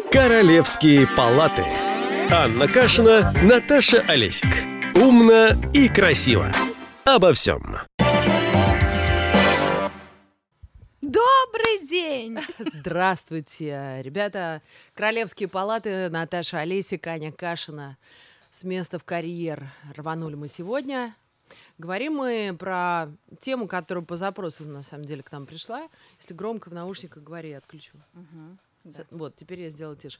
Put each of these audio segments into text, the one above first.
Королевские палаты. Анна Кашина, Наташа Олесик. Умно и красиво. Обо всем. Добрый день! Здравствуйте, ребята. Королевские палаты, Наташа Олесик, Аня Кашина. С места в карьер рванули мы сегодня. Говорим мы про тему, которая по запросу, на самом деле, к нам пришла. Если громко в наушниках говори, я отключу. Да. Вот, теперь я сделала тише.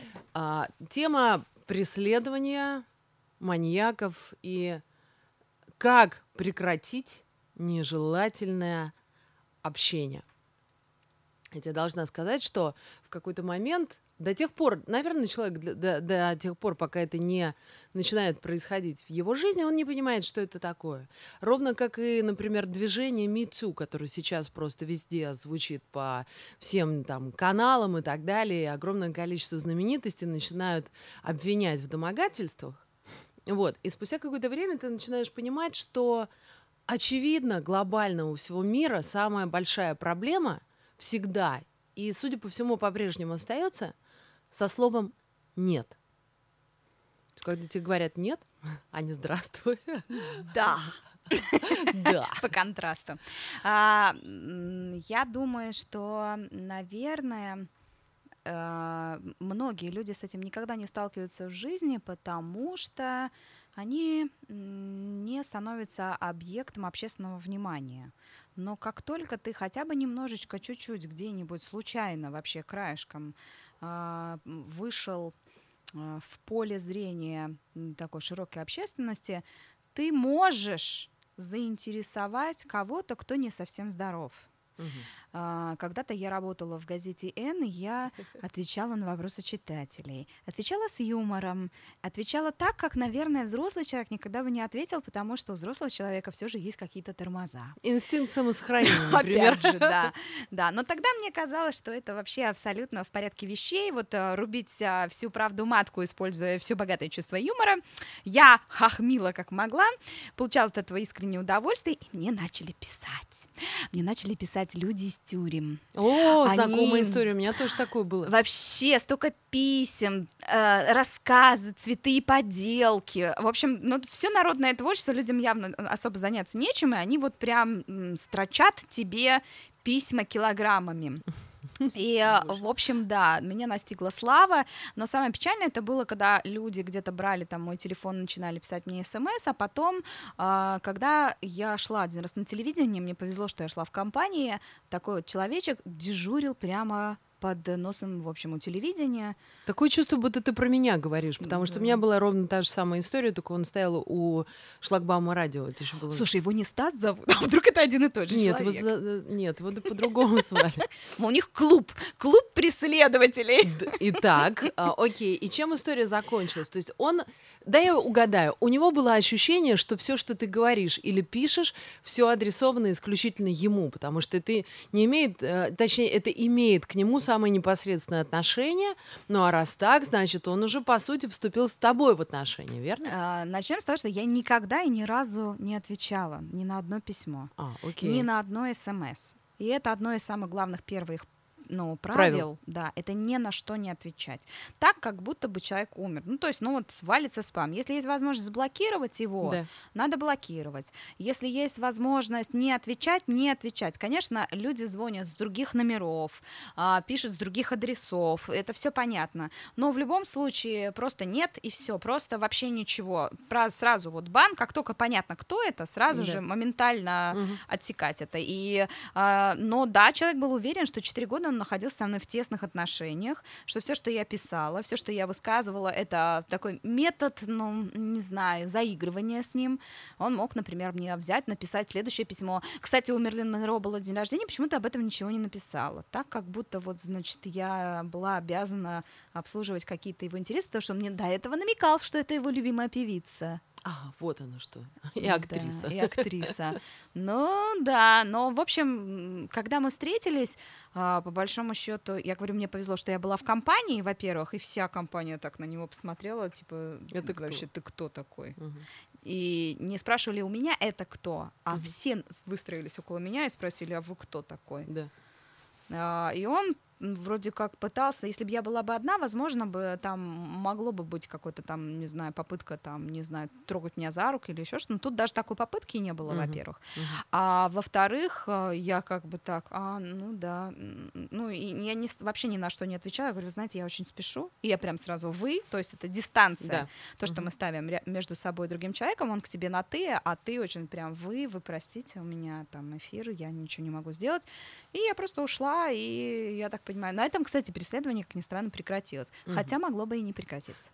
Тема преследования маньяков и как прекратить нежелательное общение. Я тебе должна сказать, что в какой-то момент, до тех пор, наверное, человек до тех пор, пока это не начинает происходить в его жизни, он не понимает, что это такое. Ровно как и, например, движение Me Too, которое сейчас просто везде звучит по всем там каналам и так далее, и огромное количество знаменитостей начинают обвинять в домогательствах. Вот. И спустя какое-то время ты начинаешь понимать, что, очевидно, глобально у всего мира самая большая проблема всегда, и, судя по всему, по-прежнему остается, со словом «нет». Когда тебе говорят «нет», а не «здравствуй». Да. Да. По контрасту. Я думаю, что, наверное, многие люди с этим никогда не сталкиваются в жизни, потому что они не становятся объектом общественного внимания. Но как только ты хотя бы немножечко, чуть-чуть, где-нибудь случайно, вообще краешком, вышел в поле зрения такой широкой общественности, ты можешь заинтересовать кого-то, кто не совсем здоров. Когда-то я работала в газете «Н», и я отвечала на вопросы читателей. Отвечала с юмором, отвечала так, как, наверное, взрослый человек никогда бы не ответил, потому что у взрослого человека все же есть какие-то тормоза. Инстинкт самосохранения, например. Опять же, да. Но тогда мне казалось, что это вообще абсолютно в порядке вещей. Вот рубить всю правду матку, используя все богатое чувство юмора. Я хохмила как могла, получала от этого искреннее удовольствие, и мне начали писать. Мне начали писать люди из тюрем. О, знакомая история, у меня тоже такое было. Вообще столько писем, рассказы, цветы и поделки. В общем, все народное творчество, людям явно особо заняться нечем, и они вот прям строчат тебе письма килограммами. И, в общем, да, меня настигла слава, но самое печальное это было, когда люди где-то брали там мой телефон, начинали писать мне смс, а потом, когда я шла один раз на телевидение, мне повезло, что я шла в компании, такой вот человечек дежурил прямо под носом, в общем, у телевидения. Такое чувство, будто ты про меня говоришь, потому что у меня была ровно та же самая история, только он стоял у шлагбаума радио. Это еще было... Слушай, его не Стас зовут? А вдруг это один и тот же человек? Нет, его по-другому звали. У них клуб преследователей. Итак, окей, и чем история закончилась? То есть он, да я угадаю, у него было ощущение, что все, что ты говоришь или пишешь, все адресовано исключительно ему, потому что это не имеет, точнее, это имеет к нему самое непосредственное отношение, ну а раз так, значит, он уже, по сути, вступил с тобой в отношения, верно? Начнем с того, что я никогда и ни разу не отвечала ни на одно письмо, ни на одно смс. И это одно из самых главных первых правил, да, это ни на что не отвечать. Так, как будто бы человек умер. Ну, то есть, валится спам. Если есть возможность заблокировать его, надо блокировать. Если есть возможность не отвечать, не отвечать. Конечно, люди звонят с других номеров, пишут с других адресов, это все понятно. Но в любом случае просто нет, и все, просто вообще ничего. Сразу бан, как только понятно, кто это, сразу же моментально отсекать это. Но да, человек был уверен, что 4 года он находился со мной в тесных отношениях, что все, что я писала, все, что я высказывала, это такой метод, не знаю, заигрывания с ним. Он мог, например, мне взять, написать следующее письмо. Кстати, у Мерлин Монро был день рождения, почему ты об этом ничего не написала? Так, как будто я была обязана обслуживать какие-то его интересы, потому что он мне до этого намекал, что это его любимая певица. Вот оно что. И актриса. Да, и актриса. Но, в общем, когда мы встретились, по большому счету, я говорю, мне повезло, что я была в компании, во-первых, и вся компания так на него посмотрела, типа, это вообще ты кто такой? И не спрашивали у меня, это кто, а все выстроились около меня и спросили, а вы кто такой? Да. И он вроде как пытался, если бы я была бы одна, возможно бы там могло бы быть какой-то там, не знаю, попытка там, не знаю, трогать меня за руку или еще что-то. Но тут даже такой попытки не было, во-первых. А во-вторых, я как бы так, ну да, ну и я вообще ни на что не отвечаю. Я говорю, вы знаете, я очень спешу, и я прям сразу вы, то есть это дистанция, то, что мы ставим между собой и другим человеком, он к тебе на ты, а ты очень прям вы простите, у меня там эфир, я ничего не могу сделать. И я просто ушла, и я так понимаю, на этом, кстати, преследование, как ни странно, прекратилось. Хотя могло бы и не прекратиться.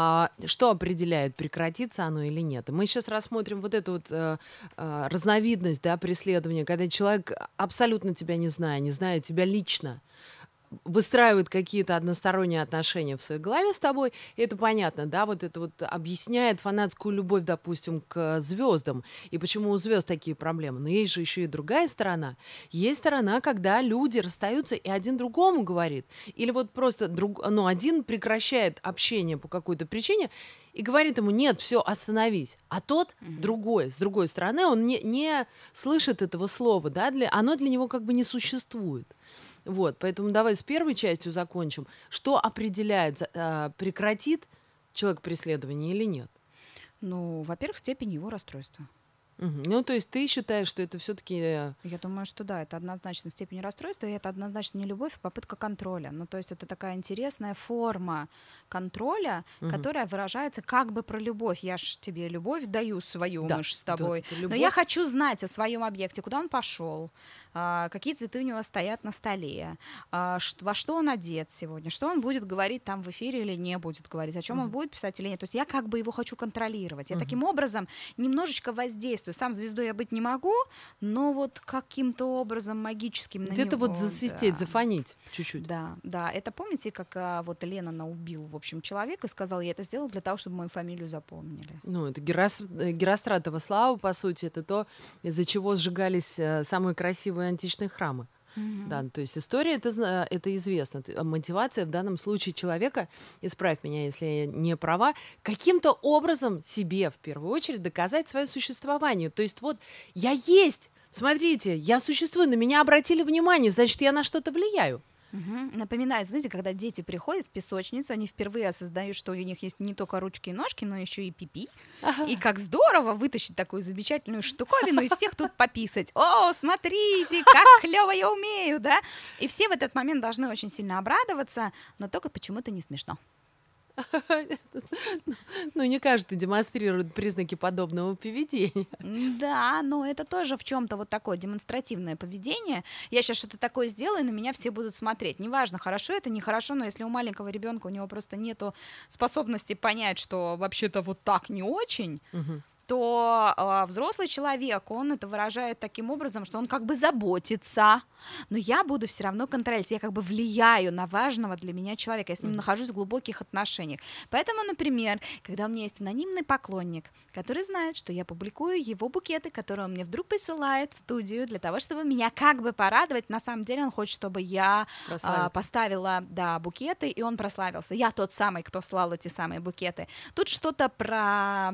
Что определяет, прекратится оно или нет? Мы сейчас рассмотрим вот эту вот разновидность, да, преследования, когда человек абсолютно тебя не зная тебя лично, выстраивают какие-то односторонние отношения в своей голове с тобой, и это понятно, да, вот это вот объясняет фанатскую любовь, допустим, к звездам, и почему у звезд такие проблемы. Но есть же еще и другая сторона. Есть сторона, когда люди расстаются, и один другому говорит, или вот просто один прекращает общение по какой-то причине, и говорит ему, нет, все, остановись. А тот, другой, с другой стороны, он не слышит этого слова, да, оно для него как бы не существует. Вот, поэтому давай с первой частью закончим. Что определяет, прекратит человек преследование или нет? Ну, во-первых, степень его расстройства. Ну, то есть ты считаешь, что это все-таки... Я думаю, что да, это однозначно степень расстройства, и это однозначно не любовь, а попытка контроля. Ну, то есть это такая интересная форма контроля, которая выражается как бы про любовь. Я ж тебе любовь даю свою, мы ж с тобой. Да, но я хочу знать о своем объекте, куда он пошел, какие цветы у него стоят на столе, во что он одет сегодня, что он будет говорить там в эфире или не будет говорить, о чем он будет писать или нет. То есть я как бы его хочу контролировать. Я таким образом немножечко воздействую. Сам звездой я быть не могу, но вот каким-то образом магическим на где-то него, вот засвистеть, зафонить чуть-чуть. Да. Это помните, как вот Леннона убил, в общем, человека и сказал, я это сделал для того, чтобы мою фамилию запомнили. Ну, это Геростратова слава, по сути, это то, из-за чего сжигались самые красивые античные храмы. Да, то есть история, это известно. Мотивация в данном случае человека, исправь меня, если я не права, каким-то образом себе в первую очередь доказать свое существование. То есть вот я есть, смотрите, я существую, на меня обратили внимание, значит, я на что-то влияю. Напоминает, знаете, когда дети приходят в песочницу, они впервые осознают, что у них есть не только ручки и ножки, но еще и пипи. И как здорово вытащить такую замечательную штуковину и всех тут пописать. О, смотрите, как клево я умею, да? И все в этот момент должны очень сильно обрадоваться, но только почему-то не смешно. Ну, не каждый демонстрирует признаки подобного поведения. Да, но это тоже в чем-то вот такое демонстративное поведение. Я сейчас что-то такое сделаю, на меня все будут смотреть. Неважно, хорошо это, нехорошо, но если у маленького ребенка у него просто нету способности понять, что вообще-то вот так не очень, то взрослый человек, он это выражает таким образом, что он как бы заботится, но я буду все равно контролировать, я как бы влияю на важного для меня человека, я с ним нахожусь в глубоких отношениях. Поэтому, например, когда у меня есть анонимный поклонник, который знает, что я публикую его букеты, которые он мне вдруг присылает в студию для того, чтобы меня как бы порадовать, на самом деле он хочет, чтобы я поставила, да, букеты, и он прославился. Я тот самый, кто слал эти самые букеты. Тут что-то про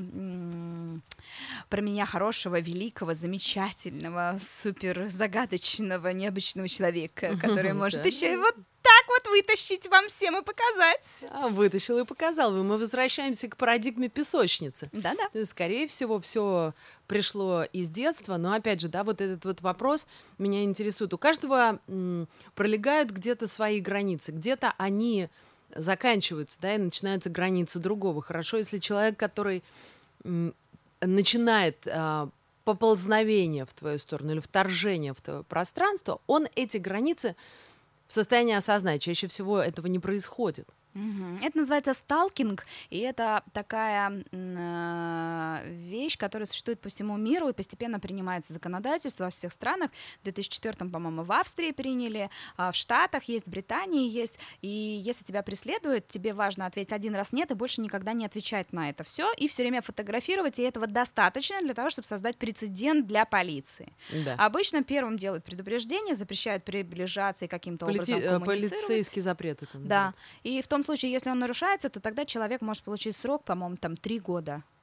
меня хорошего, великого, замечательного, супер загадочного, необычного человека, который может еще и вот так вот вытащить вам всем и показать. Вытащил и показал. Мы возвращаемся к парадигме песочницы. Да-да. Скорее всего, все пришло из детства, но опять же, да, вот этот вот вопрос меня интересует. У каждого пролегают где-то свои границы, где-то они заканчиваются, да, и начинаются границы другого. Хорошо, если человек, который начинает поползновение в твою сторону или вторжение в твое пространство, он эти границы в состоянии осознать. Чаще всего этого не происходит. Это называется сталкинг, и это такая вещь, которая существует по всему миру и постепенно принимается законодательство во всех странах. В 2004-м, по-моему, в Австрии приняли, в Штатах есть, в Британии есть, и если тебя преследуют, тебе важно ответить один раз нет и больше никогда не отвечать на это все, и все время фотографировать, и этого достаточно для того, чтобы создать прецедент для полиции. Да. Обычно первым делают предупреждение, запрещают приближаться и каким-то образом коммуницировать. Полицейский запрет это называется. Да, и в том случае, если он нарушается, то тогда человек может получить срок, по-моему, там 3 года.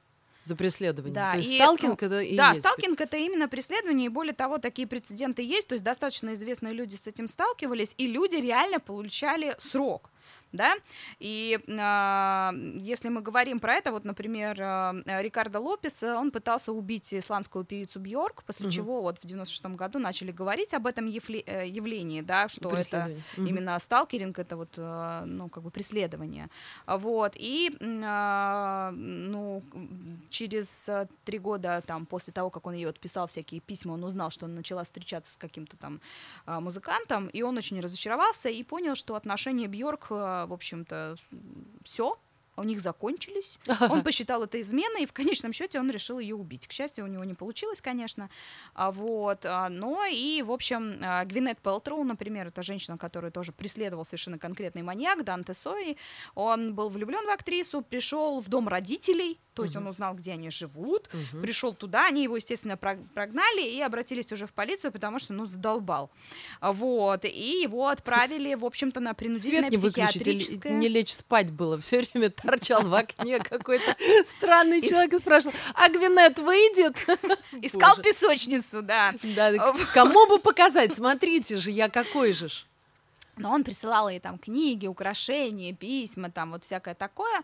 за преследование. Да, то есть сталкинг это и да, есть. сталкинг это именно преследование, и более того, такие прецеденты есть, то есть достаточно известные люди с этим сталкивались, и люди реально получали срок. Да? И если мы говорим про это, вот, например, Рикардо Лопес, он пытался убить исландскую певицу Бьорк, после чего вот в 96-м году начали говорить об этом явлении, да, что это именно сталкеринг, это вот, ну, как бы преследование. Вот. И ну, через 3 года там, после того, как он ей вот писал всякие письма, он узнал, что она начала встречаться с каким-то там музыкантом, и он очень разочаровался и понял, что отношения Бьорк, в общем-то, все, у них закончились. Он посчитал это изменой, и в конечном счете он решил ее убить. К счастью, у него не получилось, конечно. Вот. Но и, в общем, Гвинет Пэлтроу, например, это женщина, которую тоже преследовал совершенно конкретный маньяк, Данте Сои. Он был влюблен в актрису, пришел в дом родителей, то есть он узнал, где они живут, пришел туда, они его, естественно, прогнали и обратились уже в полицию, потому что, ну, задолбал. Вот. И его отправили, в общем-то, на принудительное психиатрическое... Не лечь спать было, все время торчал в окне какой-то странный человек и спрашивал: а Гвинет выйдет? Искал песочницу, да. Кому бы показать? Смотрите же, я какой же ж. Но он присылал ей там книги, украшения, письма, там вот всякое такое.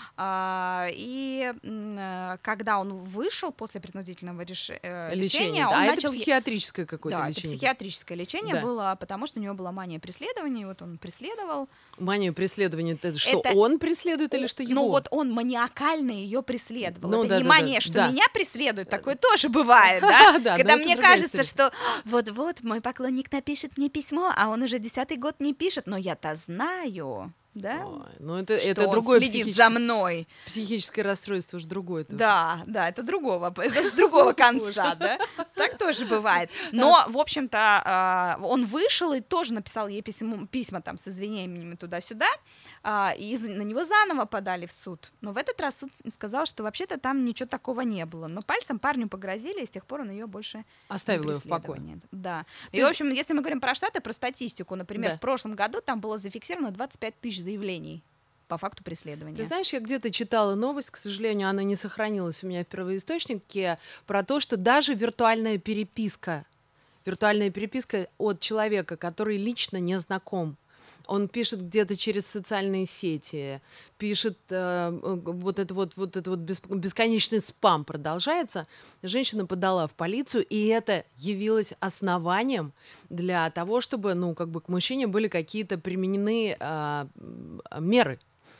И когда он вышел после принудительного лечения, он начал... это психиатрическое какое-то лечение. Да, это психиатрическое лечение было, потому что у него была мания преследования, вот он преследовал. Мания преследования, это что, он преследует или что его? Ну вот он маниакально ее преследовал. Ну, это не мания, что меня преследует, такое тоже бывает, да? Когда мне кажется, что вот-вот мой поклонник напишет мне письмо, а он уже 10-й год не пишет, но я-то знаю, да? Ой, ну это другое следит за мной. Психическое расстройство уж другое. Да, это с другого конца, да? Так тоже бывает. Но, в общем-то, он вышел и тоже написал ей письма там с извинениями туда-сюда, и на него заново подали в суд. Но в этот раз суд сказал, что вообще-то там ничего такого не было. Но пальцем парню погрозили, и с тех пор он ее больше оставил ее в покое. Да. И, в общем, если мы говорим про Штаты, про статистику, например, в прошлом году там было зафиксировано 25 тысяч заявлений по факту преследования. Ты знаешь, я где-то читала новость, к сожалению, она не сохранилась у меня в первоисточнике, про то, что даже виртуальная переписка от человека, который лично не знаком, он пишет где-то через социальные сети, пишет вот этот бесконечный спам продолжается. Женщина подала в полицию, и это явилось основанием для того, чтобы, ну, как бы к мужчине были какие-то применены меры.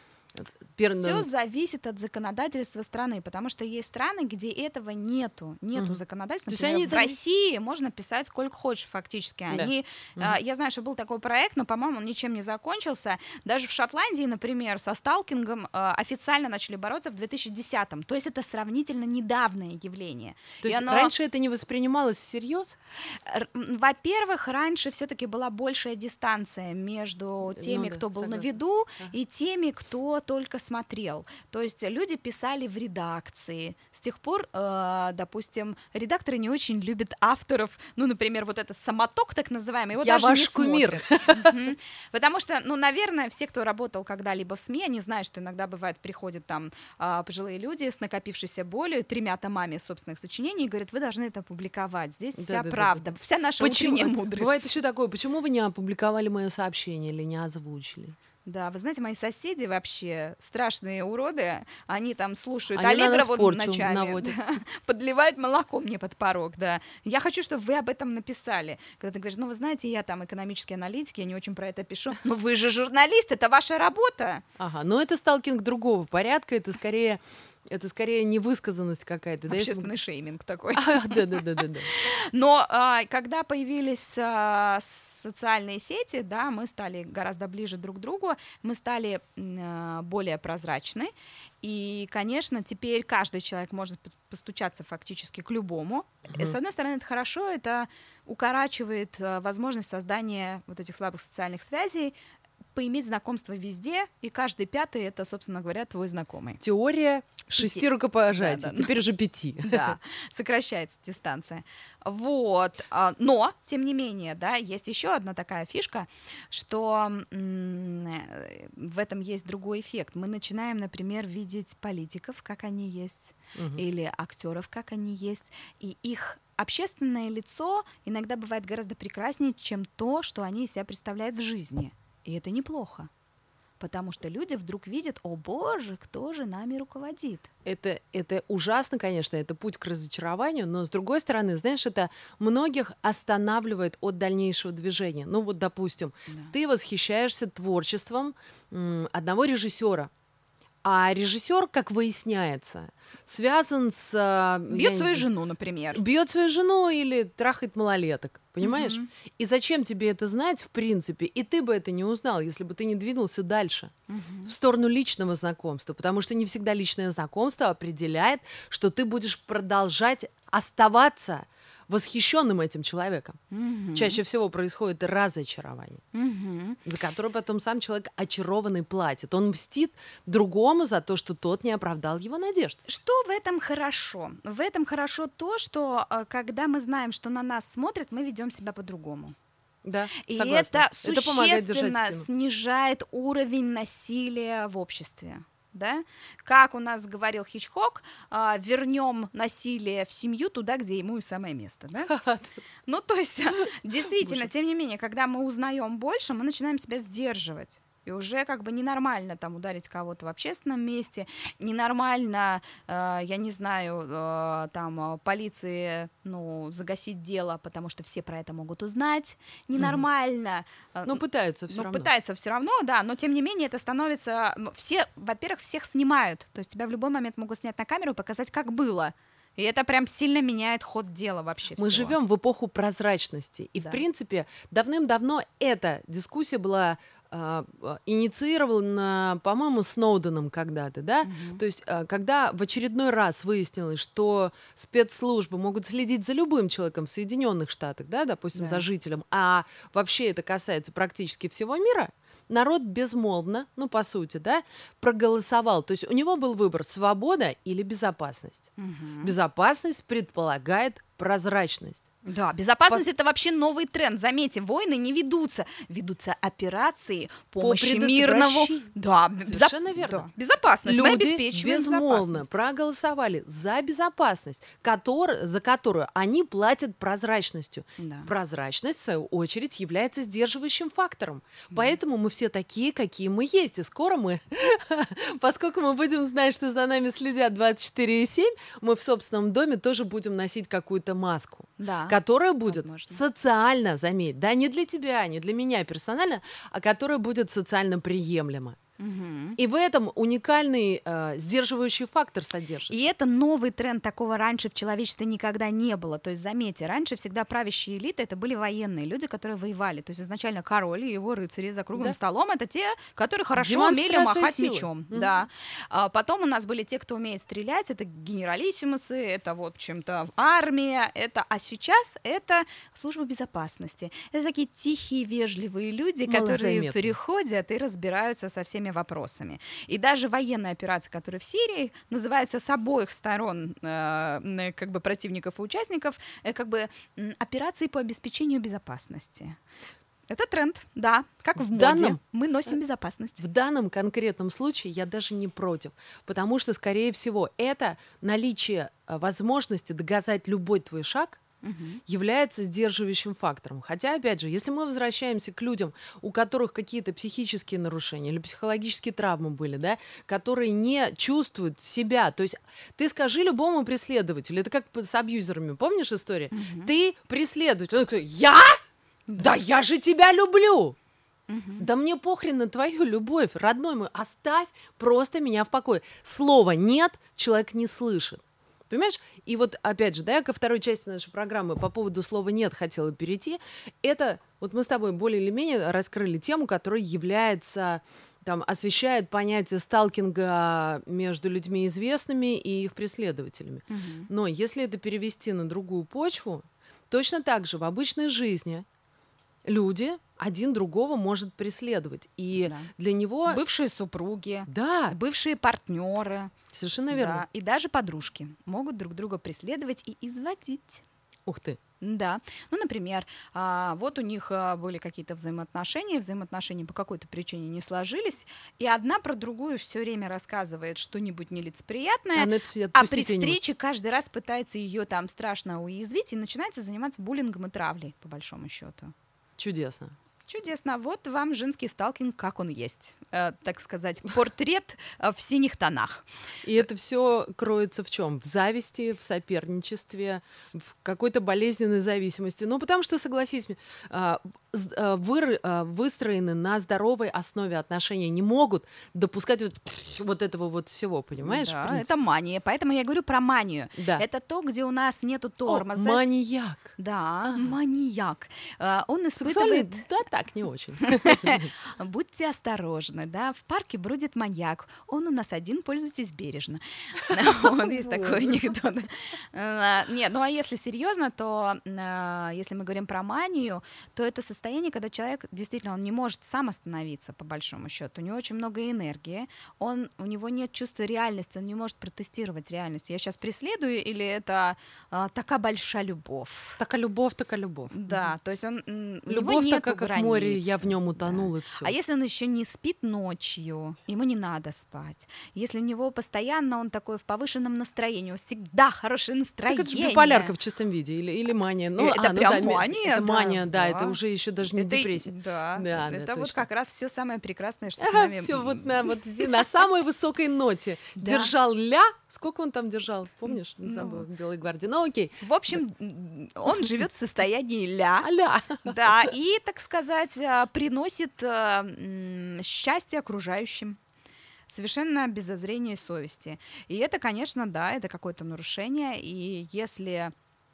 Все зависит от законодательства страны, потому что есть страны, где этого нету законодательства. Например, в России можно писать сколько хочешь фактически. Я знаю, что был такой проект, но, по-моему, он ничем не закончился. Даже в Шотландии, например, со сталкингом официально начали бороться в 2010-м. То есть это сравнительно недавнее явление. То есть раньше это не воспринималось всерьез? Во-первых, раньше все-таки была большая дистанция между теми, кто был на виду, и теми, кто только смотрел. То есть люди писали в редакции. С тех пор, допустим, редакторы не очень любят авторов. Ну, например, вот этот самоток, так называемый, его даже не смотрят. Потому что, ну, наверное, все, кто работал когда-либо в СМИ, они знают, что иногда бывает, приходят там пожилые люди с накопившейся болью, 3 томами собственных сочинений, и говорят: вы должны это публиковать. Здесь вся правда, вся наша утренняя мудрость. Бывает еще такое: почему вы не опубликовали мое сообщение или не озвучили? Да, вы знаете, мои соседи вообще страшные уроды, они там слушают Аллегрову ночами, подливают молоко мне под порог, да. Я хочу, чтобы вы об этом написали. Когда ты говоришь: ну, вы знаете, я там экономический аналитик, я не очень про это пишу. Но вы же журналист, это ваша работа. Ага, но это сталкинг другого порядка, это скорее невысказанность какая-то. Общественный шейминг такой. Да. Но когда появились социальные сети, да, мы стали гораздо ближе друг к другу, мы стали более прозрачны. И, конечно, теперь каждый человек может постучаться фактически к любому. И, с одной стороны, это хорошо, это укорачивает возможность создания вот этих слабых социальных связей, поиметь знакомство везде, и каждый 5-й — это, собственно говоря, твой знакомый. Теория 6 рукопожатий, теперь уже 5. Да, сокращается дистанция. Вот. Но, тем не менее, да, есть еще одна такая фишка, что в этом есть другой эффект. Мы начинаем, например, видеть политиков, как они есть, или актеров, как они есть, и их общественное лицо иногда бывает гораздо прекраснее, чем то, что они из себя представляют в жизни. И это неплохо. Потому что люди вдруг видят, о боже, кто же нами руководит. Это ужасно, конечно, это путь к разочарованию, но с другой стороны, знаешь, это многих останавливает от дальнейшего движения. Ну вот, допустим, ты восхищаешься творчеством одного режиссера, а режиссер, как выясняется, связан с... Бьет свою жену, например. Бьет свою жену или трахает малолеток, понимаешь? И зачем тебе это знать, в принципе? И ты бы это не узнал, если бы ты не двинулся дальше, в сторону личного знакомства, потому что не всегда личное знакомство определяет, что ты будешь продолжать оставаться восхищенным этим человеком. Чаще всего происходит разочарование, за которое потом сам человек очарованный платит. Он мстит другому за то, что тот не оправдал его надежд. Что в этом хорошо? В этом хорошо то, что когда мы знаем, что на нас смотрят, мы ведем себя по-другому. Да, и согласна. Это существенно снижает уровень насилия в обществе. Да? Как у нас говорил Хичкок, вернем насилие в семью туда, где ему и самое место. Да? Ну, то есть, действительно, тем не менее, когда мы узнаем больше, мы начинаем себя сдерживать. И уже как бы ненормально там ударить кого-то в общественном месте, ненормально, я не знаю, там полиции, загасить дело, потому что все про это могут узнать, ненормально. Но пытаются все равно. Пытаются все равно, да, но тем не менее это становится... Во-первых, всех снимают, то есть тебя в любой момент могут снять на камеру и показать, как было. И это прям сильно меняет ход дела вообще. Мы живем в эпоху прозрачности. И, в принципе, давным-давно эта дискуссия была инициирована, по-моему, Сноуденом когда-то, да? То есть, когда в очередной раз выяснилось, что спецслужбы могут следить за любым человеком в Соединенных Штатах, да, допустим, за жителем, а вообще это касается практически всего мира, народ безмолвно, по сути, да, проголосовал. То есть у него был выбор: свобода или безопасность. Безопасность предполагает прозрачность. Да, безопасность — это вообще новый тренд. Заметьте, войны не ведутся. Ведутся операции помощи мирного... Да, совершенно верно. Да. Безопасность. Люди мы обеспечиваем безмолвно проголосовали за безопасность, за которую они платят прозрачностью. Да. Прозрачность, в свою очередь, является сдерживающим фактором. Поэтому мы все такие, какие мы есть. И скоро мы, поскольку мы будем знать, что за нами следят 24/7, мы в собственном доме тоже будем носить какую-то маску. Да. Которая будет социально, заметь, да, не для тебя, не для меня персонально, а которая будет социально приемлема. И в этом уникальный сдерживающий фактор содержится. И это новый тренд, такого раньше в человечестве никогда не было. То есть, заметьте, раньше всегда правящие элиты — это были военные люди, которые воевали. То есть изначально король и его рыцари за круглым столом — это те, которые хорошо умели махать мечом. Да. Потом у нас были те, кто умеет стрелять, это генералиссимусы, это вот чем-то армия, а сейчас это служба безопасности. Это такие тихие, вежливые люди, которые приходят и разбираются со всеми вопросами. И даже военные операции, которые в Сирии, называются с обоих сторон как бы противников и участников как бы операции по обеспечению безопасности. Это тренд, да, как в моде. Мы носим безопасность. В данном конкретном случае я даже не против, потому что, скорее всего, это наличие возможности доказать любой твой шаг является сдерживающим фактором. Хотя, опять же, если мы возвращаемся к людям, у которых какие-то психические нарушения или психологические травмы были, да, которые не чувствуют себя, то есть ты скажи любому преследователю, это как с абьюзерами, помнишь историю? Ты преследователь, он говорит: я? Да я же тебя люблю! Да мне похрен на твою любовь, родной мой, оставь просто меня в покое. Слова «нет» человек не слышит. Понимаешь? И вот, опять же, да, я ко второй части нашей программы по поводу слова «нет» хотела перейти. Это, вот мы с тобой более или менее раскрыли тему, которая является, освещает понятие сталкинга между людьми известными и их преследователями. Но если это перевести на другую почву, точно так же в обычной жизни люди один другого может преследовать. И для него... Бывшие супруги, бывшие партнеры. Совершенно верно. Да, и даже подружки могут друг друга преследовать и изводить. Ух ты. Да, ну, например, вот у них были какие-то взаимоотношения по какой-то причине не сложились, и одна про другую все время рассказывает что-нибудь нелицеприятное, а при встрече каждый раз пытается ее там страшно уязвить и начинается заниматься буллингом и травлей, по большому счету. Чудесно. Чудесно. Вот вам женский сталкинг, как он есть. Так сказать, портрет в синих тонах. И это все кроется в чем? В зависти, в соперничестве, в какой-то болезненной зависимости. Ну, потому что, согласись, выстроены на здоровой основе отношения не могут допускать вот этого вот всего, понимаешь? Да, это мания. Поэтому я говорю про манию. Да. Это то, где у нас нету тормоза. Маньяк. Да, маньяк. Он испытывает... Да, так, не очень. Будьте осторожны, да. В парке бродит маньяк. Он у нас один, пользуйтесь бережно. Вот есть такой анекдот. Нет, ну а если серьезно, то если мы говорим про манию, то это состояние, когда человек действительно он не может сам остановиться, по большому счету. У него очень много энергии, у него нет чувства реальности, он не может протестировать реальность. Я сейчас преследую или это такая большая любовь? Такая любовь. Да, то есть любовь такая, как море, я в нем утонул, да. И все. А если он еще не спит ночью, ему не надо спать. Если у него постоянно он такой в повышенном настроении, у всегда хорошее настроение. Так это же биполярка в чистом виде или мания. Ну, это прям мания. Это мания, да, это уже еще даже не депрессия. Да, это вот точно. как раз все самое прекрасное, что с нами... Все вот на самой высокой ноте. Держал ля. Сколько он там держал? Помнишь? Не забыла, в Белой гвардии. Ну, окей. В общем, он живет в состоянии ля. Да, и, так сказать, приносит счастье окружающим. Совершенно без зазрения совести. И это, конечно, да, это какое-то нарушение. И если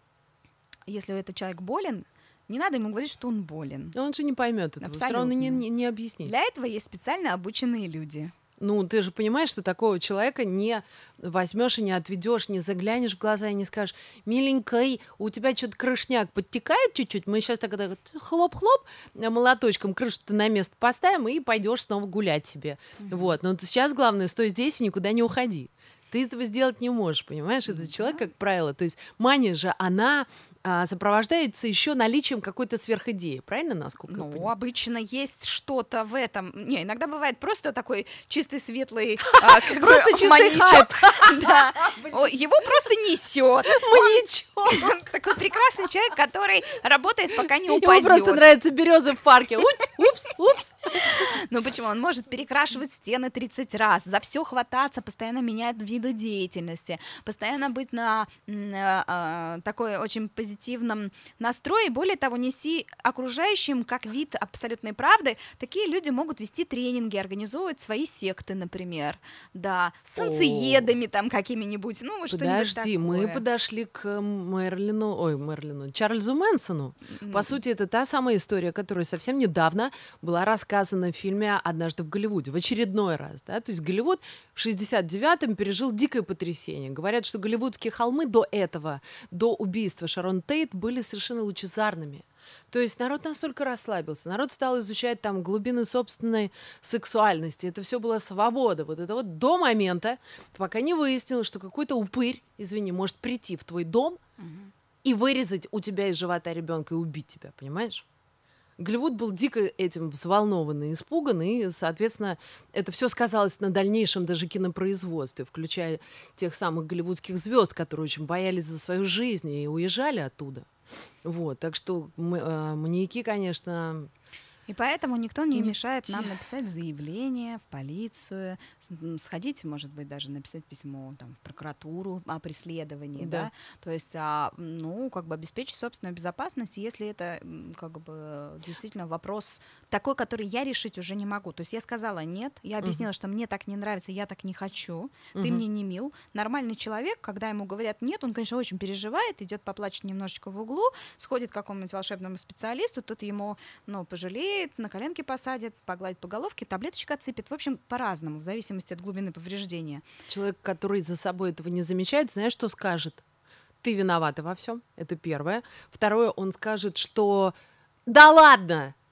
этот человек болен, не надо ему говорить, что он болен. Он же не поймет этого, все равно не объяснить. Для этого есть специально обученные люди. Ну, ты же понимаешь, что такого человека не возьмешь и не отведешь, не заглянешь в глаза и не скажешь: миленький, у тебя что-то крышняк подтекает чуть-чуть, мы сейчас тогда хлоп-хлоп молоточком крышу-то на место поставим и пойдешь снова гулять себе. Вот, но сейчас главное, стой здесь и никуда не уходи. Ты этого сделать не можешь, понимаешь? Этот человек, как правило, то есть мания же, она сопровождается еще наличием какой-то сверхидеи, правильно, насколько я понимаю? Обычно есть что-то в этом. Не, иногда бывает просто такой чистый, светлый просто чистый хайп. Его просто несет. Маньячок. Такой прекрасный человек, который работает, пока не упадет. Ему просто нравятся березы в парке. Упс. Ну почему? Он может перекрашивать стены 30 раз, за все хвататься, постоянно менять виды деятельности, постоянно быть на такой очень позитивном настрое, более того, нести окружающим как вид абсолютной правды. Такие люди могут вести тренинги, организовывать свои секты, например, да, с санцеедами там какими-нибудь, ну, что-нибудь такое. Подожди, мы подошли к Чарльзу Мэнсону. По сути, это та самая история, которая совсем недавно была рассказана в фильме «Однажды в Голливуде», в очередной раз, да, то есть Голливуд в 69-м пережил дикое потрясение. Говорят, что голливудские холмы до этого, до убийства Шарон Тейт, были совершенно лучезарными. То есть народ настолько расслабился, народ стал изучать там глубины собственной сексуальности. Это все была свобода. Вот это вот до момента, пока не выяснилось, что какой-то упырь, извини, может прийти в твой дом и вырезать у тебя из живота ребенка и убить тебя, понимаешь? Голливуд был дико этим взволнован и испуган, и, соответственно, это все сказалось на дальнейшем даже кинопроизводстве, включая тех самых голливудских звезд, которые очень боялись за свою жизнь и уезжали оттуда. Вот, так что маньяки, конечно... И поэтому никто не мешает нам написать заявление в полицию, сходить, может быть, даже написать письмо там, в прокуратуру о преследовании, да. То есть, обеспечить собственную безопасность, если это действительно вопрос такой, который я решить уже не могу. То есть я сказала нет, я объяснила, что мне так не нравится, я так не хочу, ты мне не мил. Нормальный человек, когда ему говорят нет, он, конечно, очень переживает, идет поплачет немножечко в углу, сходит к какому-нибудь волшебному специалисту, тот ему, пожалеет, на коленки посадит, погладит по головке, таблеточек отсыпет. В общем, по-разному, в зависимости от глубины повреждения. Человек, который за собой этого не замечает, знаешь, что скажет? Ты виновата во всем, это первое. Второе, он скажет, что да ладно,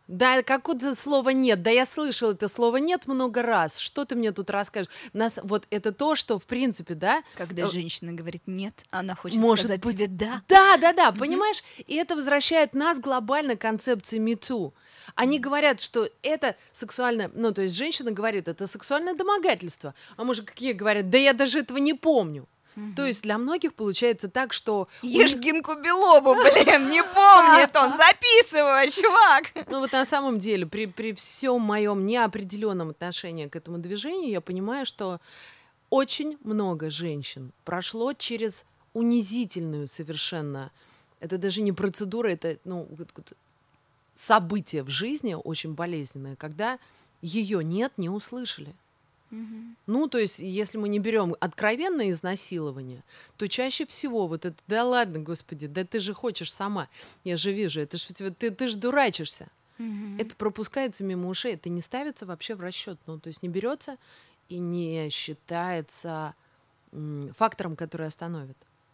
Да, какое-то слово «нет». Да, я слышала это слово «нет» много раз. Что ты мне тут расскажешь? Вот это то, что, в принципе, да... Когда женщина говорит «нет», она хочет может сказать быть, тебе «да». Да, понимаешь? И это возвращает нас глобально к концепции MeToo. Они говорят, что это сексуальное... то есть женщина говорит, это сексуальное домогательство. А мужики говорят, да я даже этого не помню. То есть для многих получается так, что... Ешь Гинку Белову, не помнит он, записывай, чувак. Вот на самом деле, при всем моем неопределенном отношении к этому движению, я понимаю, что очень много женщин прошло через унизительную совершенно... Это даже не процедура, это событие в жизни очень болезненное, когда ее «нет» не услышали. То есть, если мы не берем откровенное изнасилование, то чаще всего вот это, да ладно, господи, да ты же хочешь сама, я же вижу, это ж, ты ж дурачишься. Это пропускается мимо ушей, это не ставится вообще в расчет, то есть не берется и не считается фактором, который остановит.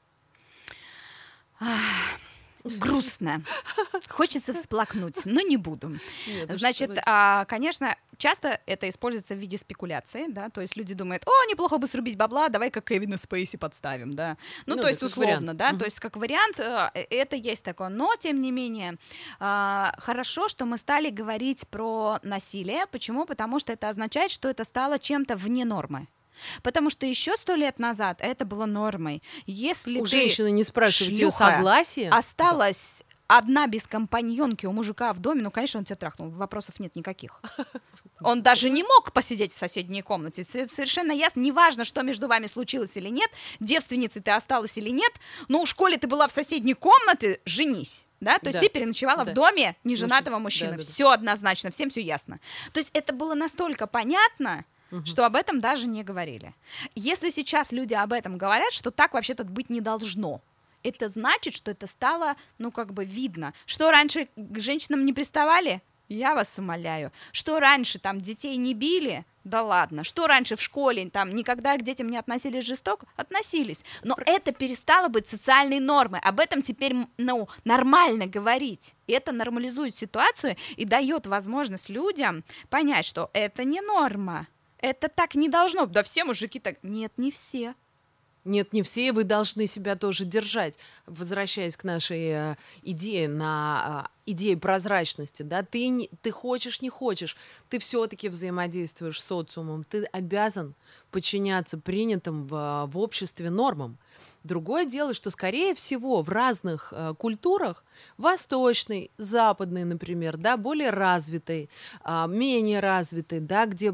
Грустно. Хочется всплакнуть, но не буду. Нет, значит, конечно, часто это используется в виде спекуляции, да, то есть люди думают, неплохо бы срубить бабла, давай-ка Кевина Спейси подставим, да. То есть условно, да, то есть как вариант это есть такое, но тем не менее хорошо, что мы стали говорить про насилие. Почему? Потому что это означает, что это стало чем-то вне нормы. Потому что еще 100 лет назад это было нормой. Если у ты женщины не спрашивать ее согласия, осталась одна без компаньонки у мужика в доме, конечно, он тебя трахнул, вопросов нет никаких. Он даже не мог посидеть в соседней комнате. Совершенно ясно, неважно, что между вами случилось или нет, девственницей ты осталась или нет, но в школе ты была в соседней комнате, женись. Да? То есть ты переночевала в доме неженатого мужчины. Все однозначно, всем все ясно. То есть это было настолько понятно, что об этом даже не говорили. Если сейчас люди об этом говорят, что так вообще-то быть не должно, это значит, что это стало, видно. Что раньше к женщинам не приставали? Я вас умоляю. Что раньше там детей не били? Да ладно. Что раньше в школе там никогда к детям не относились жестоко? Относились. Но это перестало быть социальной нормой. Об этом теперь, нормально говорить. И это нормализует ситуацию и дает возможность людям понять, что это не норма. Это так не должно. Да все мужики так... Нет, не все. Нет, не все, и вы должны себя тоже держать. Возвращаясь к нашей идее, идее прозрачности, да, ты хочешь, не хочешь, ты все-таки взаимодействуешь с социумом, ты обязан подчиняться принятым в обществе нормам. Другое дело, что, скорее всего, в разных культурах, восточной, западной, например, да, более развитой, менее развитой, да, где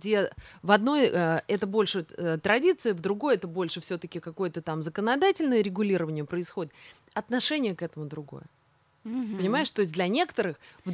в одной это больше традиции, в другой это больше все-таки какое-то там законодательное регулирование происходит, отношение к этому другое. Понимаешь, то есть для некоторых в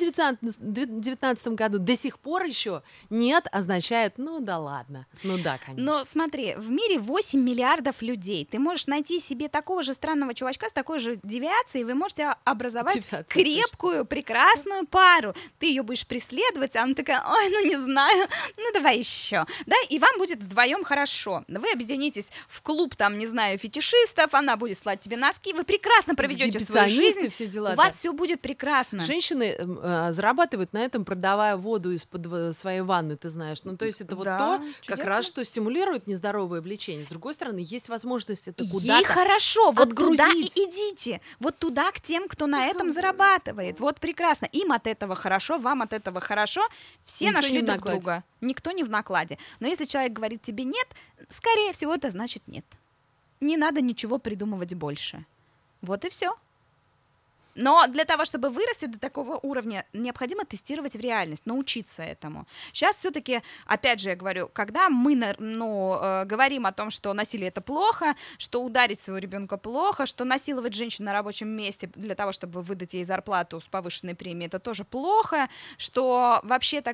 2019 году до сих пор еще нет означает, да ладно, да, конечно. Но смотри, в мире 8 миллиардов людей. Ты можешь найти себе такого же странного чувачка с такой же девиацией, и вы можете образовать крепкую, прекрасную пару. Ты ее будешь преследовать, а она такая, не знаю, давай еще. Да, и вам будет вдвоем хорошо. Вы объединитесь в клуб, там, не знаю, фетишистов, она будет слать тебе носки, вы прекрасно проведете свою жизнь. Все дела, у вас все будет прекрасно. Женщины зарабатывают на этом, продавая воду из-под своей ванны, ты знаешь. То есть это то, чудесно. Как раз что стимулирует нездоровое влечение. С другой стороны, есть возможность это куда-то ей хорошо, отгрузить. Вот туда и идите. Вот туда к тем, кто на этом зарабатывает. Вот прекрасно. Им от этого хорошо, вам от этого хорошо. Все Никто нашли друг друга. Никто не в накладе. Но если человек говорит тебе нет, скорее всего, это значит нет. Не надо ничего придумывать больше. Вот и все. Но для того, чтобы вырасти до такого уровня, необходимо тестировать в реальность, научиться этому. Сейчас все-таки, опять же, я говорю, когда мы говорим о том, что насилие — это плохо, что ударить своего ребенка плохо, что насиловать женщину на рабочем месте для того, чтобы выдать ей зарплату с повышенной премией, это тоже плохо, что вообще-то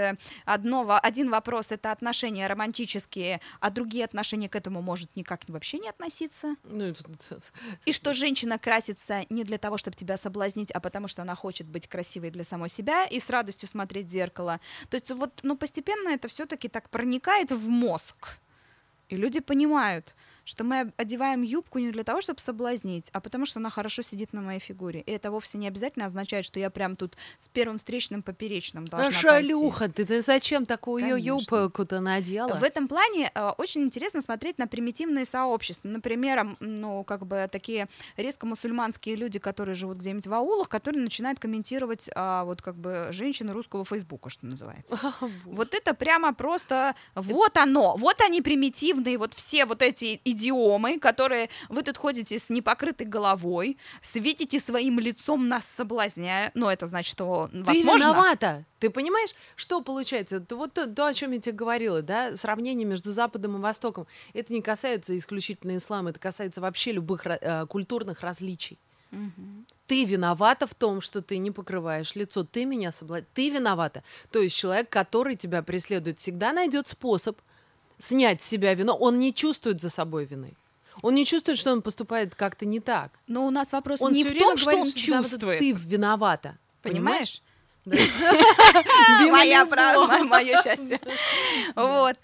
один вопрос — это отношения романтические, а другие отношения к этому может никак вообще не относиться. И что женщина красится не для того, чтобы тебя соблазнить, а потому что она хочет быть красивой для самой себя и с радостью смотреть в зеркало. То есть постепенно это все-таки так проникает в мозг. И люди понимают, что мы одеваем юбку не для того, чтобы соблазнить, а потому что она хорошо сидит на моей фигуре. И это вовсе не обязательно означает, что я прям тут с первым встречным поперечным должна пойти. Шалюха, ты зачем такую юбку-то надела? В этом плане очень интересно смотреть на примитивные сообщества. Например, такие резко мусульманские люди, которые живут где-нибудь в аулах, которые начинают комментировать женщины русского Фейсбука, что называется. Вот это прямо просто вот оно, вот они примитивные, вот все вот эти идиомы, которые вы тут ходите с непокрытой головой, светите своим лицом, нас соблазняя, но это значит, что возможно... Ты виновата, ты понимаешь, что получается? Вот то, о чем я тебе говорила, да, сравнение между Западом и Востоком, это не касается исключительно ислама, это касается вообще любых культурных различий. Ты виновата в том, что ты не покрываешь лицо, ты меня соблазняешь, ты виновата. То есть человек, который тебя преследует, всегда найдет способ снять с себя вину, он не чувствует за собой вины. Он не чувствует, что он поступает как-то не так. Но у нас вопрос не в том, что он чувствует. Ты виновата. Понимаешь? Мое счастье. Вот.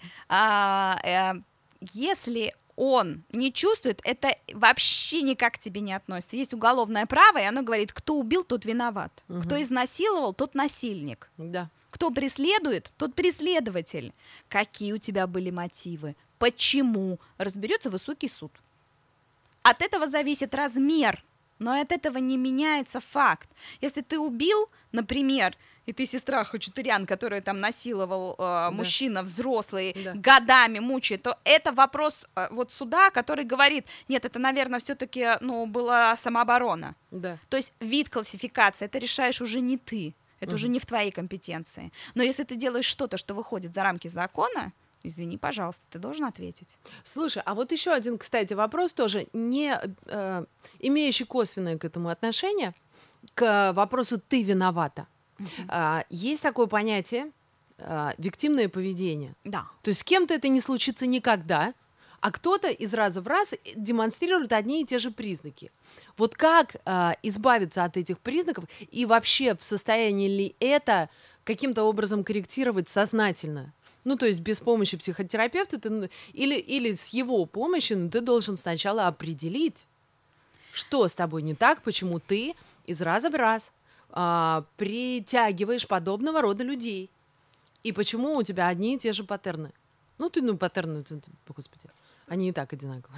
Если он не чувствует, это вообще никак к тебе не относится. Есть уголовное право, и оно говорит, кто убил, тот виноват. Кто изнасиловал, тот насильник. Да. Кто преследует, тот преследователь. Какие у тебя были мотивы? Почему? Разберется высокий суд. От этого зависит размер, но от этого не меняется факт. Если ты убил, например, и ты сестра Хачатурян, которую там насиловал мужчина взрослый, годами мучает, то это вопрос вот суда, который говорит, нет, это, наверное, все-таки была самооборона. Да. То есть вид классификации, это решаешь уже не ты, это уже не в твоей компетенции. Но если ты делаешь что-то, что выходит за рамки закона, извини, пожалуйста, ты должен ответить. Слушай, а вот еще один, кстати, вопрос тоже, не имеющий косвенное к этому отношение, к вопросу «ты виновата». Есть такое понятие виктимное поведение. Да. То есть с кем-то это не случится никогда, а кто-то из раза в раз демонстрирует одни и те же признаки. Вот как избавиться от этих признаков и вообще в состоянии ли это каким-то образом корректировать сознательно? Ну, то есть без помощи психотерапевта или с его помощью ты должен сначала определить, что с тобой не так, почему ты из раза в раз притягиваешь подобного рода людей. И почему у тебя одни и те же паттерны. Паттерны, господи, они и так одинаковые.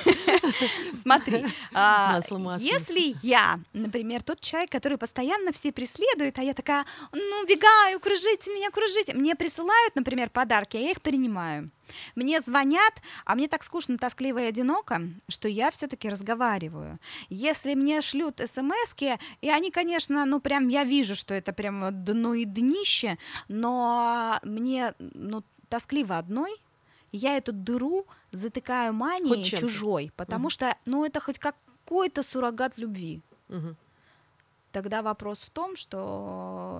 Смотри, если я, например, тот человек, который постоянно все преследует, а я такая, бегаю, кружите меня, кружите. Мне присылают, например, подарки, а я их принимаю. Мне звонят, а мне так скучно, тоскливо и одиноко, что я все-таки разговариваю. Если мне шлют смски, и они, конечно, прям я вижу, что это прям дно и днище, но мне, тоскливо одной, я эту дыру затыкаю манией чужой, потому что, это хоть какой-то суррогат любви. Тогда вопрос в том, что,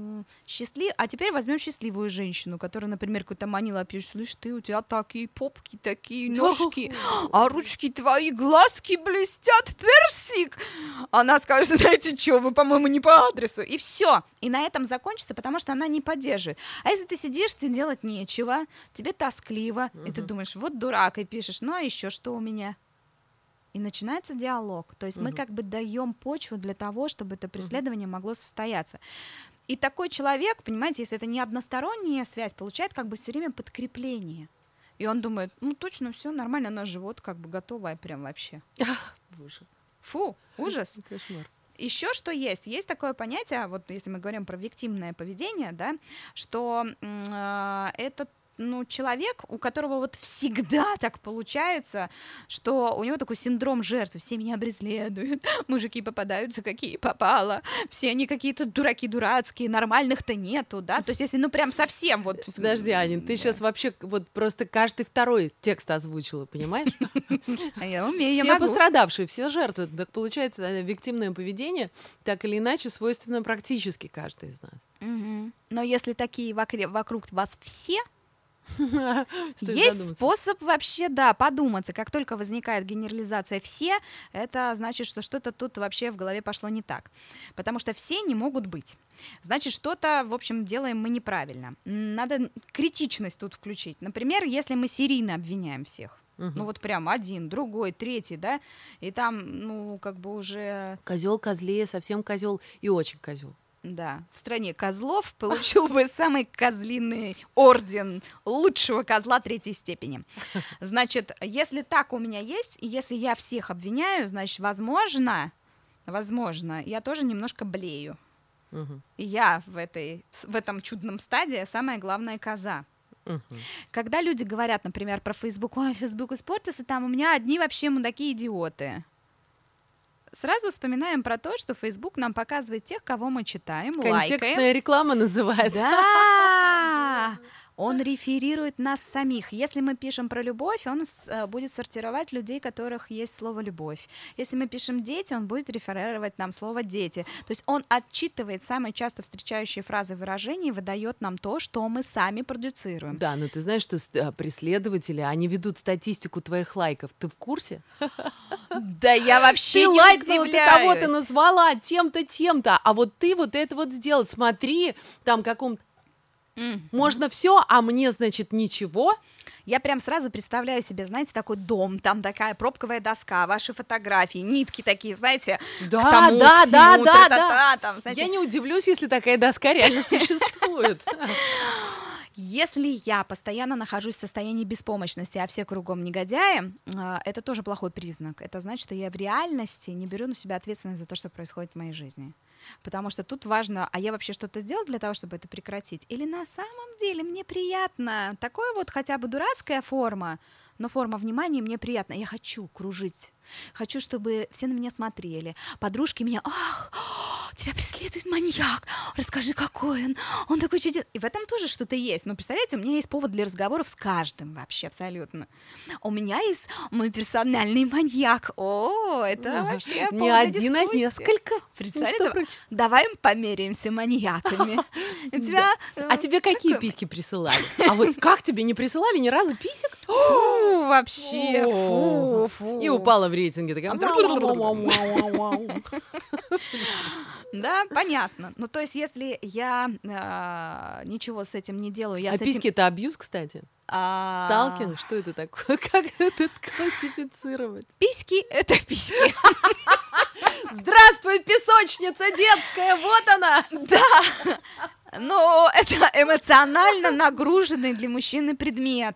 а теперь возьмем счастливую женщину, которая, например, какой-то манила пьешь, слышь, ты, у тебя такие попки, такие ножки, а ручки твои, глазки блестят, персик. Она скажет, знаете что, вы, по-моему, не по адресу. И все. И на этом закончится, потому что она не поддерживает. А если ты сидишь, тебе делать нечего, тебе тоскливо, и ты думаешь, вот дурак, и пишешь, а еще что у меня? И начинается диалог. То есть мы как бы даем почву для того, чтобы это преследование могло состояться. И такой человек, понимаете, если это не односторонняя связь, получает как бы все время подкрепление. И он думает, точно, все нормально, она живот как бы готовая прям вообще. Фу, ужас. Кошмар. Еще что есть такое понятие, вот если мы говорим про виктимное поведение, да, что это человек, у которого вот всегда так получается, что у него такой синдром жертвы, все меня преследуют, мужики попадаются, какие попало, все они какие-то дураки дурацкие, нормальных-то нету, да, то есть если прям совсем вот... Подожди, Аня, ты сейчас вообще вот просто каждый второй текст озвучила, понимаешь? Я умею, я могу. Все пострадавшие, все жертвы, так получается, виктимное поведение так или иначе свойственно практически каждой из нас. Но если такие вокруг вас все, есть способ вообще, подуматься. Как только возникает генерализация «все», это значит, что что-то тут вообще в голове пошло не так. Потому что все не могут быть. Значит, что-то, в общем, делаем мы неправильно. Надо критичность тут включить. Например, если мы серийно обвиняем всех. Ну вот прям один, другой, третий, да, и там, ну, как бы уже... Козел козлее, совсем козел и очень козел. Да, в стране козлов получил бы самый козлиный орден лучшего козла 3-й степени. Значит, если так у меня есть, и если я всех обвиняю, значит, возможно, я тоже немножко блею. И я в этом чудном стадии самая главная коза. Когда люди говорят, например, про Facebook, ой, Facebook испортился, там у меня одни вообще мудаки-идиоты. Сразу вспоминаем про то, что Facebook нам показывает тех, кого мы читаем, лайкаем. Контекстная реклама называется. Да! Он реферирует нас самих. Если мы пишем про любовь, он будет сортировать людей, у которых есть слово «любовь». Если мы пишем «дети», он будет реферировать нам слово «дети». То есть он отчитывает самые часто встречающие фразы выражения и выдает нам то, что мы сами продуцируем. Да, но ты знаешь, что преследователи, они ведут статистику твоих лайков. Ты в курсе? Да я вообще не лайкнула, удивляюсь. Ты кого-то назвала тем-то, тем-то, а вот ты вот это вот сделал. Смотри, там каком-то... Можно все, а мне, значит, ничего. Я прям сразу представляю себе, знаете, такой дом, там такая пробковая доска, ваши фотографии, нитки такие, знаете, да, к тому, да, к всему, да. Там, знаете. Я не удивлюсь, если такая доска реально существует. Если я постоянно нахожусь в состоянии беспомощности, а все кругом негодяи, это тоже плохой признак. Это значит, что я в реальности не беру на себя ответственность за то, что происходит в моей жизни. Потому что тут важно, а я вообще что-то сделал для того, чтобы это прекратить? Или на самом деле мне приятно? Такое вот хотя бы дурацкая форма, но форма внимания мне приятна. Я хочу кружить. Хочу, чтобы все на меня смотрели. Подружки меня, ах, тебя преследует маньяк, расскажи, какой он. Он такой чудесный. И в этом тоже что-то есть. Ну, представляете, у меня есть повод для разговоров с каждым вообще абсолютно. У меня есть мой персональный маньяк. О, это вообще не один, а несколько. Представляете? Давай померяемся маньяками. А тебе какие письки присылали? А вот как тебе не присылали ни разу писек? Вообще, фу. И упала в рейтинге. Да, понятно. Ну, то есть, если я ничего с этим не делаю... А письки — это абьюз, кстати? Сталкинг? Что это такое? Как это классифицировать? Письки — это письки. Здравствуй, песочница детская, вот она! Да, но это эмоционально нагруженный для мужчины предмет.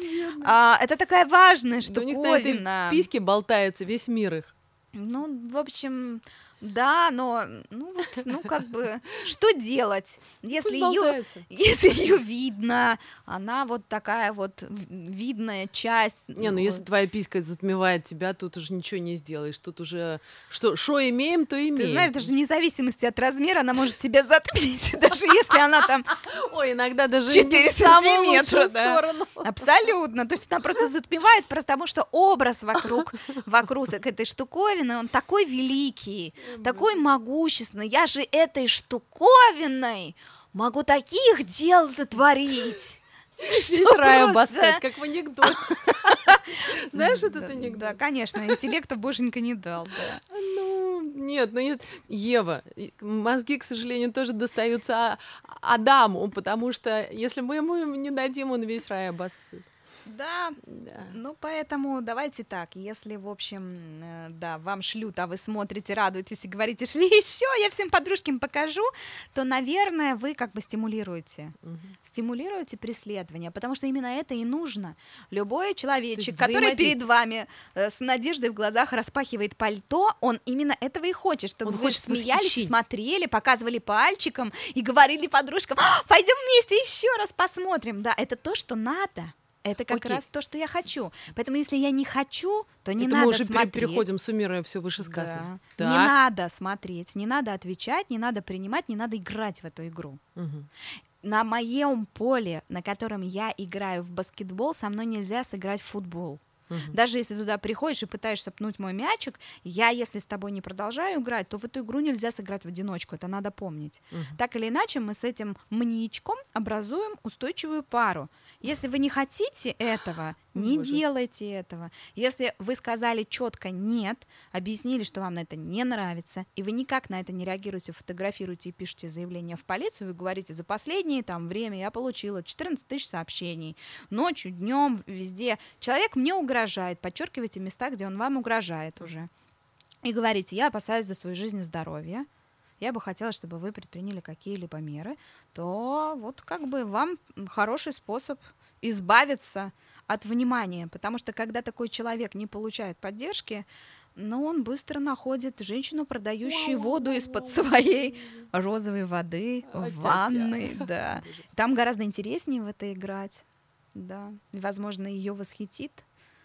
Это такая важная штуковина. У них на этой письке болтается весь мир их. Ну, в общем... Да, но, как бы, что делать, если ее видно, она вот такая вот видная часть. Не, ну если твоя писька затмевает тебя, тут уже ничего не сделаешь, тут уже, что имеем, то имеем. Ты знаешь, даже вне зависимости от размера она может тебя затмить, даже если она там... Ой, иногда даже 4 сантиметра, да. Сторону. Абсолютно, то есть она просто затмевает, потому что образ вокруг этой штуковины, он такой великий, такой могущественный, я же этой штуковиной могу таких дел дотворить. Здесь рай обоссать, как в анекдоте. Знаешь этот анекдот? Да, конечно, интеллекта боженька не дал, да. Нет, Ева, мозги, к сожалению, тоже достаются Адаму, потому что если мы ему не дадим, он весь рай обоссыт. Да, ну поэтому давайте так, если, в общем, да, вам шлют, а вы смотрите, радуетесь и говорите, шли еще, я всем подружкам покажу, то, наверное, вы как бы стимулируете преследование, потому что именно это и нужно. Любой человечек, который перед вами с надеждой в глазах распахивает пальто, он именно этого и хочет, чтобы вы смеялись, смотрели, показывали пальчиком и говорили подружкам, пойдем вместе еще раз посмотрим. Да, это то, что надо. Это как раз то, что я хочу. Поэтому, если я не хочу, то не надо смотреть. Мы уже переходим, суммируя все вышесказанное. Да. Не надо смотреть, не надо отвечать, не надо принимать, не надо играть в эту игру. На моем поле, на котором я играю в баскетбол, со мной нельзя сыграть в футбол. Даже если туда приходишь и пытаешься пнуть мой мячик, я, если с тобой не продолжаю играть, то в эту игру нельзя сыграть в одиночку, это надо помнить. Так или иначе, мы с этим маньячком образуем устойчивую пару. Если вы не хотите этого, не делайте этого. Если вы сказали четко нет, объяснили, что вам на это не нравится, и вы никак на это не реагируете, фотографируете и пишете заявление в полицию, вы говорите, за последнее время я получила 14 тысяч сообщений, ночью, днем, везде. Человек мне угрожает, подчеркивайте места, где он вам угрожает уже. И говорите, я опасаюсь за свою жизнь и здоровье, я бы хотела, чтобы вы предприняли какие-либо меры, то вот как бы вам хороший способ избавиться от внимания, потому что когда такой человек не получает поддержки, он быстро находит женщину, продающую воду из-под своей розовой воды в ванной, да. Там гораздо интереснее в это играть, да, и, возможно, ее восхитит.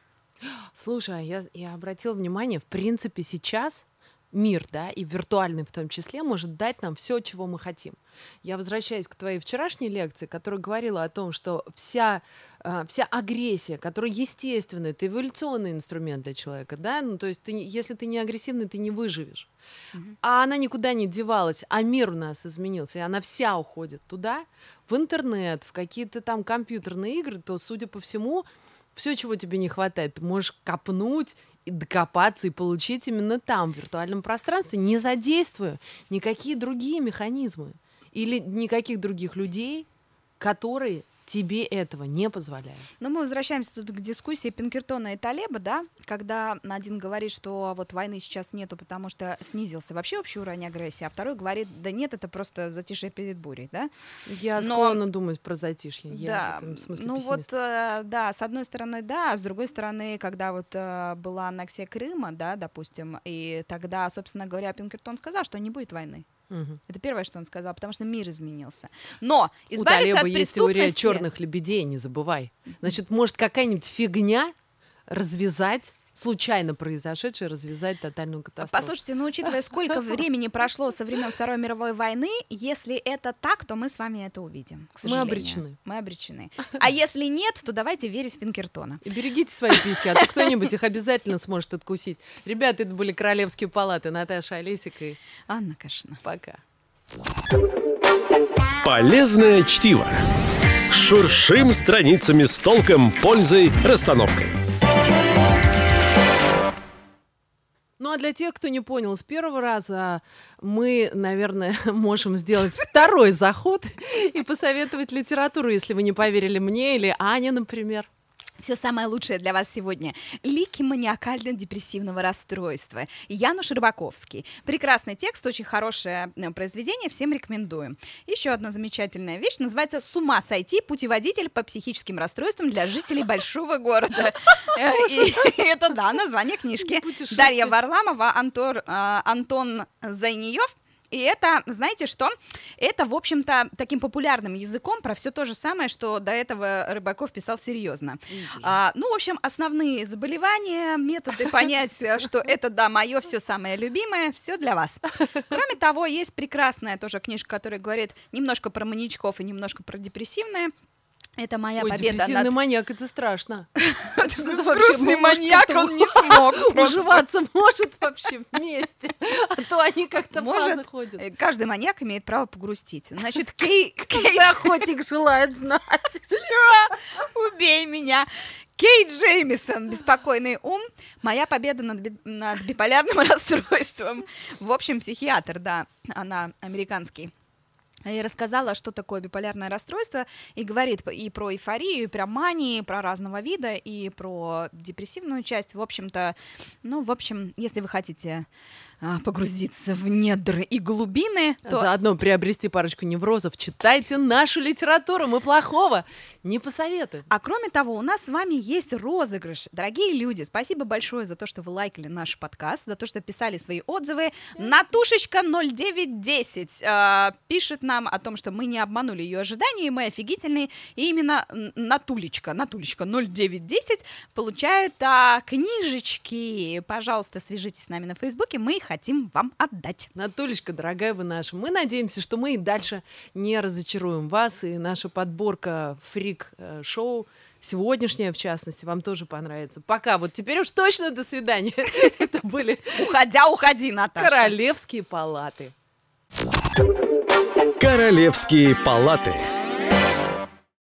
Слушай, я обратила внимание, в принципе, сейчас мир, да, и виртуальный в том числе, может дать нам все, чего мы хотим. Я возвращаюсь к твоей вчерашней лекции, которая говорила о том, что вся агрессия, которая естественная, это эволюционный инструмент для человека, да, то есть если ты не агрессивный, ты не выживешь. А она никуда не девалась, а мир у нас изменился, и она вся уходит туда, в интернет, в какие-то там компьютерные игры, то, судя по всему, все, чего тебе не хватает, ты можешь копнуть и докопаться и получить именно там, в виртуальном пространстве, не задействуя никакие другие механизмы или никаких других людей, которые тебе этого не позволяют. Но мы возвращаемся тут к дискуссии Пинкертона и Талеба, да, когда один говорит, что вот войны сейчас нету, потому что снизился вообще общий уровень агрессии, а второй говорит, да нет, это просто затишье перед бурей, да? Я склонна думать про затишье. Да, в этом смысле пессимист. Да, с одной стороны, да, а с другой стороны, когда вот была аннексия Крыма, да, допустим, и тогда, собственно говоря, Пинкертон сказал, что не будет войны. Это первое, что он сказал, потому что мир изменился. Но избавиться от преступности... есть теория черных лебедей, не забывай. Значит, может какая-нибудь фигня случайно произошедшая, развязать тотальную катастрофу. Послушайте, учитывая, сколько времени прошло со времен Второй мировой войны, если это так, то мы с вами это увидим, к сожалению. Мы обречены. А если нет, то давайте верить в Пинкертона. И берегите свои письки, а то кто-нибудь их обязательно сможет откусить. Ребята, это были Королевские палаты. Наташа Олесик и Анна Кашина. Пока. Полезное чтиво. Шуршим страницами с толком, пользой, расстановкой. Ну, а для тех, кто не понял с первого раза, мы, наверное, можем сделать второй заход и посоветовать литературу, если вы не поверили мне или Ане, например. Все самое лучшее для вас сегодня. «Лики маниакально-депрессивного расстройства». Януш Рыбаковский. Прекрасный текст, очень хорошее произведение, всем рекомендуем. Еще одна замечательная вещь, называется «С ума сойти. Путеводитель по психическим расстройствам для жителей большого города». И это, да, название книжки. Дарья Варламова, Антон Зайниев. И это, знаете что, это, в общем-то, таким популярным языком про все то же самое, что до этого Рыбаков писал серьезно. В общем, основные заболевания, методы понять, что это, да, мое все самое любимое, все для вас. Кроме того, есть прекрасная тоже книжка, которая говорит немножко про маньячков и немножко про депрессивное. Это моя победа депрессивный маньяк, это страшно. Грустный маньяк, он не смог. Уживаться может вообще вместе, а то они как-то фазы ходят. Каждый маньяк имеет право погрустить. Значит, Каждый охотник желает знать. Все, убей меня. Кейт Джеймисон, «Беспокойный ум», моя победа над биполярным расстройством. В общем, психиатр, да, она американский. И рассказала, что такое биполярное расстройство, и говорит и про эйфорию, и про мании, про разного вида, и про депрессивную часть. В общем-то, если вы хотите погрузиться в недры и глубины, то... Заодно приобрести парочку неврозов, читайте нашу литературу, мы плохого не посоветуем. А кроме того, у нас с вами есть розыгрыш. Дорогие люди, спасибо большое за то, что вы лайкали наш подкаст, за то, что писали свои отзывы. Натушечка 0910 пишет нам о том, что мы не обманули ее ожидания, и мы офигительные. И именно Натулечка 0910 получает книжечки. Пожалуйста, свяжитесь с нами на Фейсбуке, мы их хотим вам отдать. Натулечка, дорогая вы наша, мы надеемся, что мы и дальше не разочаруем вас, и наша подборка фрик-шоу, сегодняшняя, в частности, вам тоже понравится. Пока, вот теперь уж точно до свидания. Это были... Уходи, Наташа. Королевские палаты. Королевские палаты.